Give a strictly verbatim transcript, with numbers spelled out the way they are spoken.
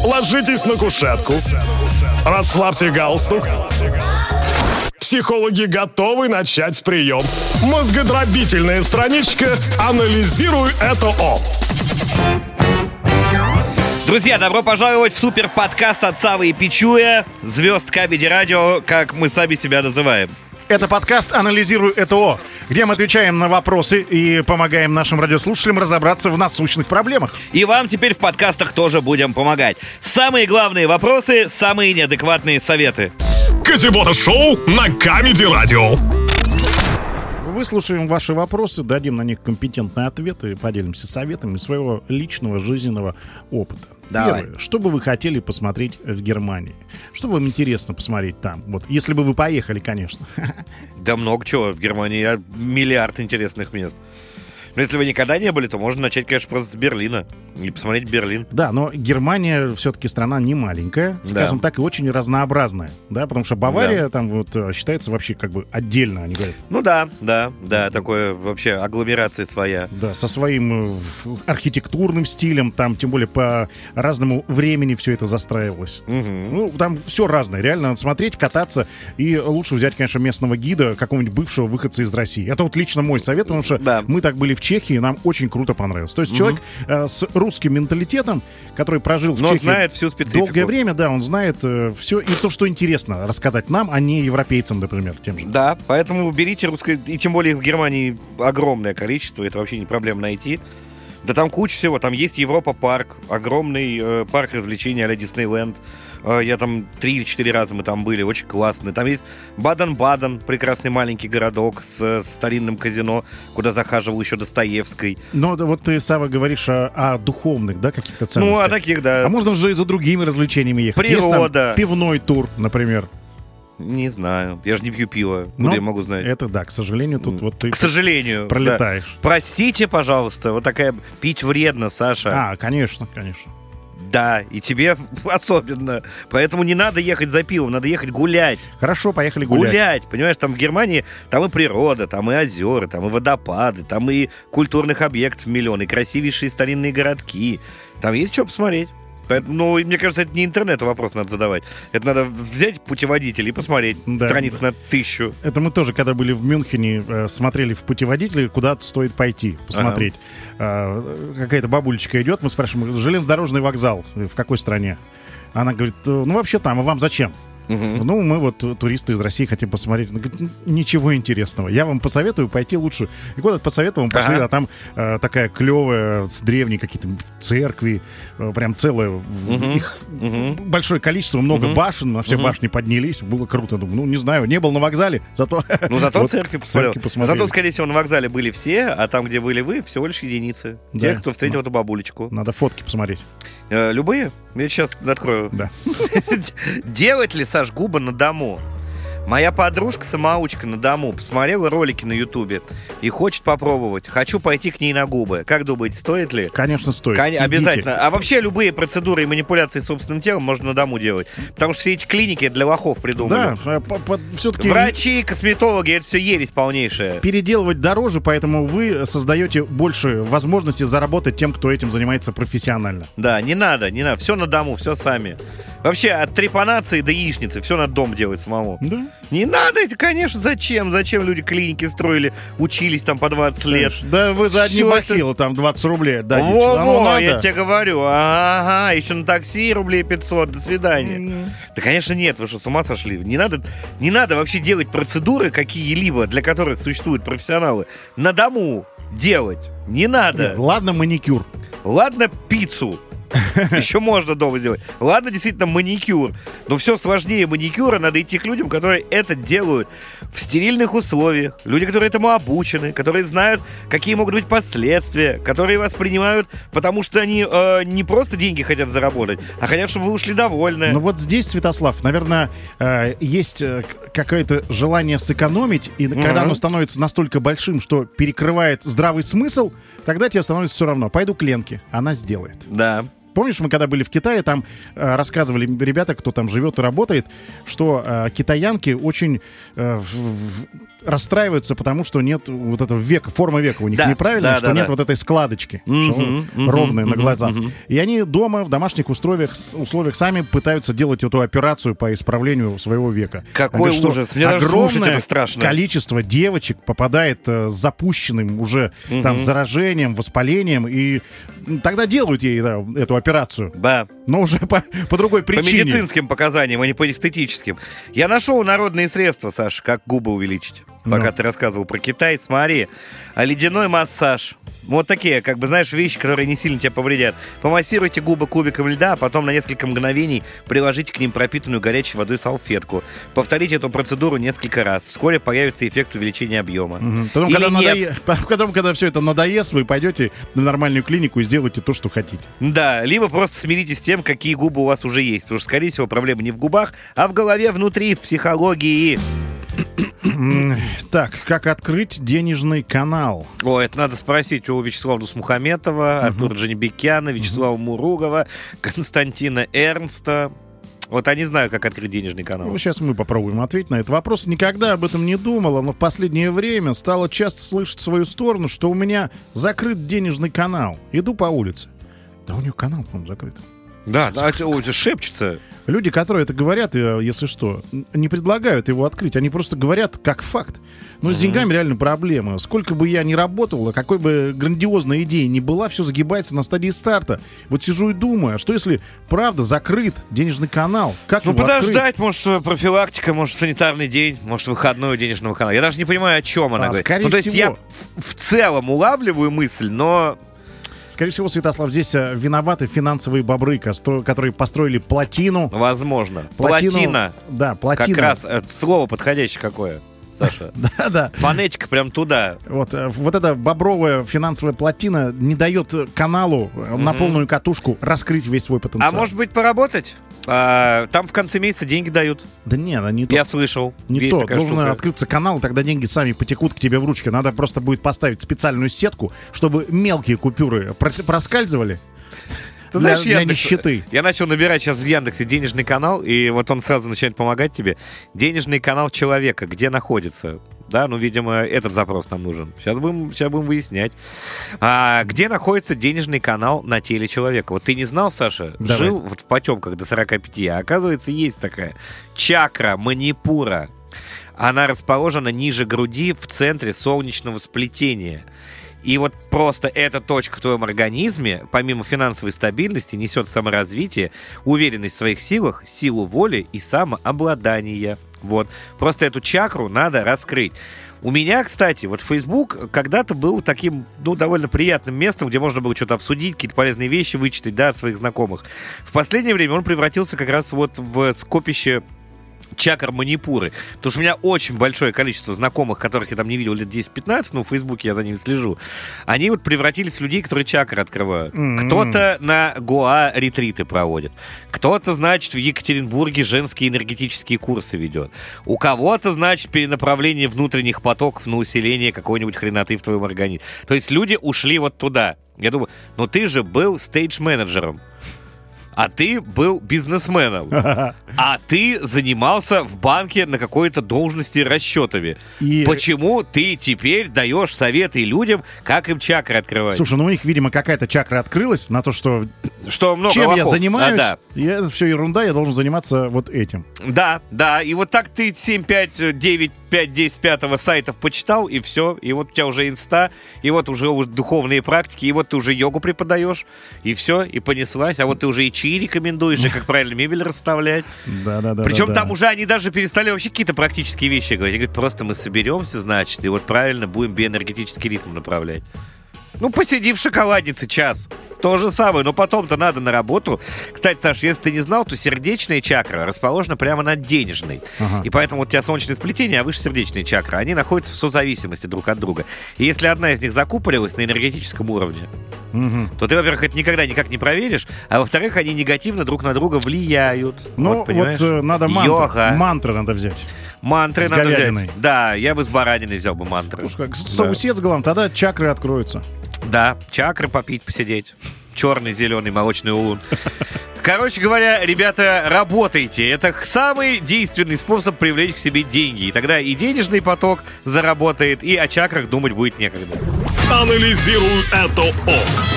Ложитесь на кушетку, расслабьте галстук. Психологи готовы начать прием. Мозгодробительная страничка «Анализируй это О». Друзья, добро пожаловать в супер-подкаст от Савы и Пичуя, звезд Камеди Радио, как мы сами себя называем. Это подкаст «Анализируй это О», где мы отвечаем на вопросы и помогаем нашим радиослушателям разобраться в насущных проблемах. И вам теперь в подкастах тоже будем помогать. Самые главные вопросы, самые неадекватные советы. Казибота-шоу на Камеди Радио. Выслушаем ваши вопросы, дадим на них компетентные ответы и поделимся советами своего личного жизненного опыта. Давай. Первое. Что бы вы хотели посмотреть в Германии? Что вам интересно посмотреть там? Вот, если бы вы поехали, конечно. Да много чего в Германии, миллиард интересных мест. Но если вы никогда не были, то можно начать, конечно, просто с Берлина. И посмотреть Берлин. Да, но Германия все-таки страна не маленькая, скажем да. так, и очень разнообразная. Да, потому что Бавария да. там вот считается вообще как бы отдельно, они говорят. Ну да, да, да, такое вообще агломерация своя. Да, со своим архитектурным стилем, там, тем более по разному времени все это застраивалось. Угу. Ну, там все разное, реально надо смотреть, кататься, и лучше взять, конечно, местного гида, какого-нибудь бывшего выходца из России. Это вот лично мой совет, потому что да. мы так были в Чехии, нам очень круто понравилось. То есть угу. человек э, с русским менталитетом, который прожил в Но Чехии знает всю специфику. Долгое время, да, он знает э, все и то, что интересно рассказать нам, а не европейцам, например, тем же. Да, поэтому берите русское, и тем более в Германии огромное количество, это вообще не проблема найти. Да там куча всего, там есть Европа-парк, огромный э, парк развлечений а-ля Диснейленд. Э, я там три или четыре раза мы там были, очень классный. Там есть Баден-Баден, прекрасный маленький городок с, с старинным казино, куда захаживал еще Достоевский. Но вот ты, Сава, говоришь о, о духовных, да, каких-то ценностях. Ну, о таких, да. А можно же и за другими развлечениями ехать. Природа. Есть там пивной тур, например. Не знаю. Я же не пью пиво. Куда Но я могу знать? Это да, к сожалению, тут вот ты к сожалению, пролетаешь. Да. Простите, пожалуйста, вот такая пить вредно, Саша. А, конечно, конечно. Да, и тебе особенно. Поэтому не надо ехать за пивом, надо ехать гулять. Хорошо, поехали гулять. Гулять, понимаешь, там в Германии, там и природа, там и озера, там и водопады, там и культурных объектов миллион, и красивейшие старинные городки. Там есть что посмотреть. Поэтому, ну, мне кажется, это не интернету вопрос надо задавать. Это надо взять путеводитель и посмотреть да, страниц да. на тысячу. Это мы тоже, когда были в Мюнхене, э, смотрели в путеводителе, куда стоит пойти, посмотреть. Ага. Э, какая-то бабулечка идет, мы спрашиваем, железнодорожный вокзал в какой стране? Она говорит, ну, вообще там, а вам зачем? Uh-huh. Ну, мы вот туристы из России хотим посмотреть. Она говорит, ничего интересного. Я вам посоветую пойти лучше. И куда-то посоветовал, пошли, uh-huh. а там э, такая клевая, с древней какие-то церкви, э, прям целое, uh-huh. их uh-huh. большое количество, много uh-huh. башен, на все uh-huh. башни поднялись. Было круто. Думаю, ну, не знаю, не был на вокзале, зато... Ну, зато вот церкви посмотрел. Зато, скорее всего, на вокзале были все, а там, где были вы, всего лишь единицы. Да. Те, кто встретил эту бабулечку. Надо фотки посмотреть. Э, любые? Я сейчас открою. Да. Делать ли, Саш, губы на дому? Моя подружка-самоучка на дому посмотрела ролики на Ютубе и хочет попробовать. Хочу пойти к ней на губы. Как думаете, стоит ли? Конечно, стоит. Кон- обязательно. А вообще любые процедуры и манипуляции собственным телом можно на дому делать. Потому что все эти клиники для лохов придумали. Да, по- по- все-таки... Врачи, косметологи, это все ересь полнейшая. Переделывать дороже, поэтому вы создаете больше возможностей заработать тем, кто этим занимается профессионально. Да, не надо, не надо. Все на дому, все сами. Вообще, от трепанации до яичницы все надо дом делать самому. Да. Не надо это, конечно, зачем? Зачем люди клиники строили, учились там по двадцать лет? Да вы за одни бахилы это... там двадцать рублей дадите. Во-во, я тебе говорю. Ага, еще на такси рублей пятьсот, до свидания. Mm-hmm. Да, конечно, нет, вы что, с ума сошли? Не надо, не надо вообще делать процедуры какие-либо, для которых существуют профессионалы. На дому делать не надо. Нет, ладно, маникюр. Ладно, пиццу. Еще можно дома сделать. Ладно, действительно, маникюр. Но все сложнее маникюра. Надо идти к людям, которые это делают в стерильных условиях. Люди, которые этому обучены, которые знают, какие могут быть последствия, которые вас принимают, потому что они э, не просто деньги хотят заработать, а хотят, чтобы вы ушли довольны. Ну вот здесь, Святослав, наверное, э, есть э, какое-то желание сэкономить, и угу. когда оно становится настолько большим, что перекрывает здравый смысл, тогда тебе становится все равно. Пойду к Ленке, она сделает. Да. Помнишь, мы когда были в Китае, там э, рассказывали ребята, кто там живет и работает, что э, китаянки очень э, в, в, расстраиваются, потому что нет вот этого века, форма века у них Да, неправильная, да, что да, нет да. вот этой складочки, Мгм, что мгм, ровная на мгм, глазах. мгм. И они дома в домашних условиях, с- условиях сами пытаются делать эту операцию по исправлению своего века. Какой Они говорят, что ужас. Мне даже слушать огромное это страшно. количество девочек попадает э, с запущенным уже там Мгм. заражением, воспалением, и м, тогда делают ей да, эту операцию. Да. Но уже по, по другой По причине. медицинским показаниям, а не по эстетическим. Я нашел народные средства, Саша, как губы увеличить. Пока Ну. ты рассказывал про Китай, смотри. А ледяной массаж. Вот такие, как бы, знаешь, вещи, которые не сильно тебя повредят. Помассируйте губы кубиком льда, а потом на несколько мгновений приложите к ним пропитанную горячей водой салфетку. Повторите эту процедуру несколько раз. Вскоре появится эффект увеличения объема. Мгм. Потом, Или когда, нет. надое- Потом, когда все это надоест, вы пойдете в нормальную клинику и сделаете то, что хотите. Да, либо просто смиритесь с тем, какие губы у вас уже есть. Потому что, скорее всего, проблема не в губах, а в голове, внутри, в психологии. М, Так, как открыть денежный канал? О, это надо спросить у Вячеслава Дусмухаметова, Артура Джанибекяна, Вячеслава Муругова, Константина Эрнста. Вот они знают, как открыть денежный канал. Ну, сейчас мы попробуем ответить на этот вопрос. Никогда об этом не думала, но в последнее время стала часто слышать в свою сторону, что у меня закрыт денежный канал. Иду по улице. Да у него канал, по-моему, закрыт. Да, да, это- ой, это шепчется. Люди, которые это говорят, э, если что, н- не предлагают его открыть. Они просто говорят как факт. Но с Мгм. деньгами реально проблема. Сколько бы я ни работал, а какой бы грандиозной идеей ни была, все загибается на стадии старта. Вот сижу и думаю, а что если правда закрыт денежжный канал? Как Ну, его открыть? подождать, может, э, профилактика, может, санитарный день, может, выходной у денежного канала. Я даже не понимаю, о чем она А, говорит. скорее Ну, то есть всего. я в, в целом улавливаю мысль, но... Скорее всего, Святослав, здесь э, виноваты финансовые бобры, костро- которые построили плотину. Возможно. Плотину- Плотина. Да, плотина. Как раз э, слово подходящее какое, Саша. Да, да. Фонетика прям туда. Вот, э, вот эта бобровая финансовая плотина не дает э, каналу э, на Мгм. полную катушку раскрыть весь свой потенциал. А может быть, поработать? А, там в конце месяца деньги дают. Да нет, она не то. Я слышал. Не Есть то. такая Должен штука. открыться канал, и тогда деньги сами потекут к тебе в ручки. Надо просто будет поставить специальную сетку, чтобы мелкие купюры прос- проскальзывали Ты для, знаешь, для Яндекс- нищеты. Я начал набирать сейчас в Яндексе денежный канал, и вот он сразу начинает помогать тебе. Денежный канал человека, где находится? Да, ну, видимо, этот запрос нам нужен. Сейчас будем, сейчас будем выяснять. А, где находится денежный канал на теле человека? Вот ты не знал, Саша? Давай. Жил вот в потемках до сорока пяти, а оказывается, есть такая чакра Манипура. Она расположена ниже груди в центре солнечного сплетения. И вот просто эта точка в твоем организме, помимо финансовой стабильности, несет саморазвитие, уверенность в своих силах, силу воли и самообладание. Вот. Просто эту чакру надо раскрыть. У меня, кстати, вот Facebook когда-то был таким, ну, довольно приятным местом, где можно было что-то обсудить, какие-то полезные вещи вычитать, да, от своих знакомых. В последнее время он превратился как раз вот в скопище чакр Манипуры. Потому что у меня очень большое количество знакомых, которых я там не видел лет десять-пятнадцать, ну, в Фейсбуке я за ними слежу, они вот превратились в людей, которые чакры открывают. М-м. Кто-то на Гоа ретриты проводит. Кто-то, значит, в Екатеринбурге женские энергетические курсы ведет. У кого-то, значит, перенаправление внутренних потоков на усиление какой-нибудь хреноты в твоем организме. То есть люди ушли вот туда. Я думаю, ну ты же был стейдж-менеджером. А ты был бизнесменом. А ты занимался в банке на какой-то должности расчетами. И- Почему ты теперь даешь советы людям, как им чакры открывать? Слушай, ну у них, видимо, какая-то чакра открылась на то, что Что много чем я лохов. занимаюсь, А, и это все ерунда, я должен заниматься вот этим. да. да, да. И вот так ты семь, пять, девять, пять, десять, пятого сайтов почитал, и все. И вот у тебя уже инста, и вот уже духовные практики, и вот ты уже йогу преподаешь, и все, и понеслась. А вот ты уже и чаи рекомендуешь, и как правильно мебель расставлять. Да-да-да. Причем да, там да. уже они даже перестали вообще какие-то практические вещи говорить. Они говорят, просто мы соберемся, значит, и вот правильно будем биоэнергетический ритм направлять. Ну, посиди в шоколаднице час. То же самое, но потом-то надо на работу. Кстати, Саш, если ты не знал, то сердечная чакра расположена прямо над денежной. Ага. И поэтому вот у тебя солнечное сплетение, а выше сердечная чакра. Они находятся в созависимости друг от друга. И если одна из них закупорилась на энергетическом уровне, Мгм. то ты, во-первых, это никогда никак не проверишь, а во-вторых, они негативно друг на друга влияют. Ну, вот, понимаешь? э, надо мантры. Йога. Мантры надо взять. Мантры С надо говядиной. взять. Да, я бы с бараниной взял бы мантры. Слушай, как с- Да. соусец с голом, тогда чакры откроются. Да, чакры попить, посидеть. Черный, зеленый, молочный улун. Короче говоря, ребята, работайте. Это самый действенный способ привлечь к себе деньги. И тогда и денежный поток заработает, и о чакрах думать будет некогда. Анализируй это ок.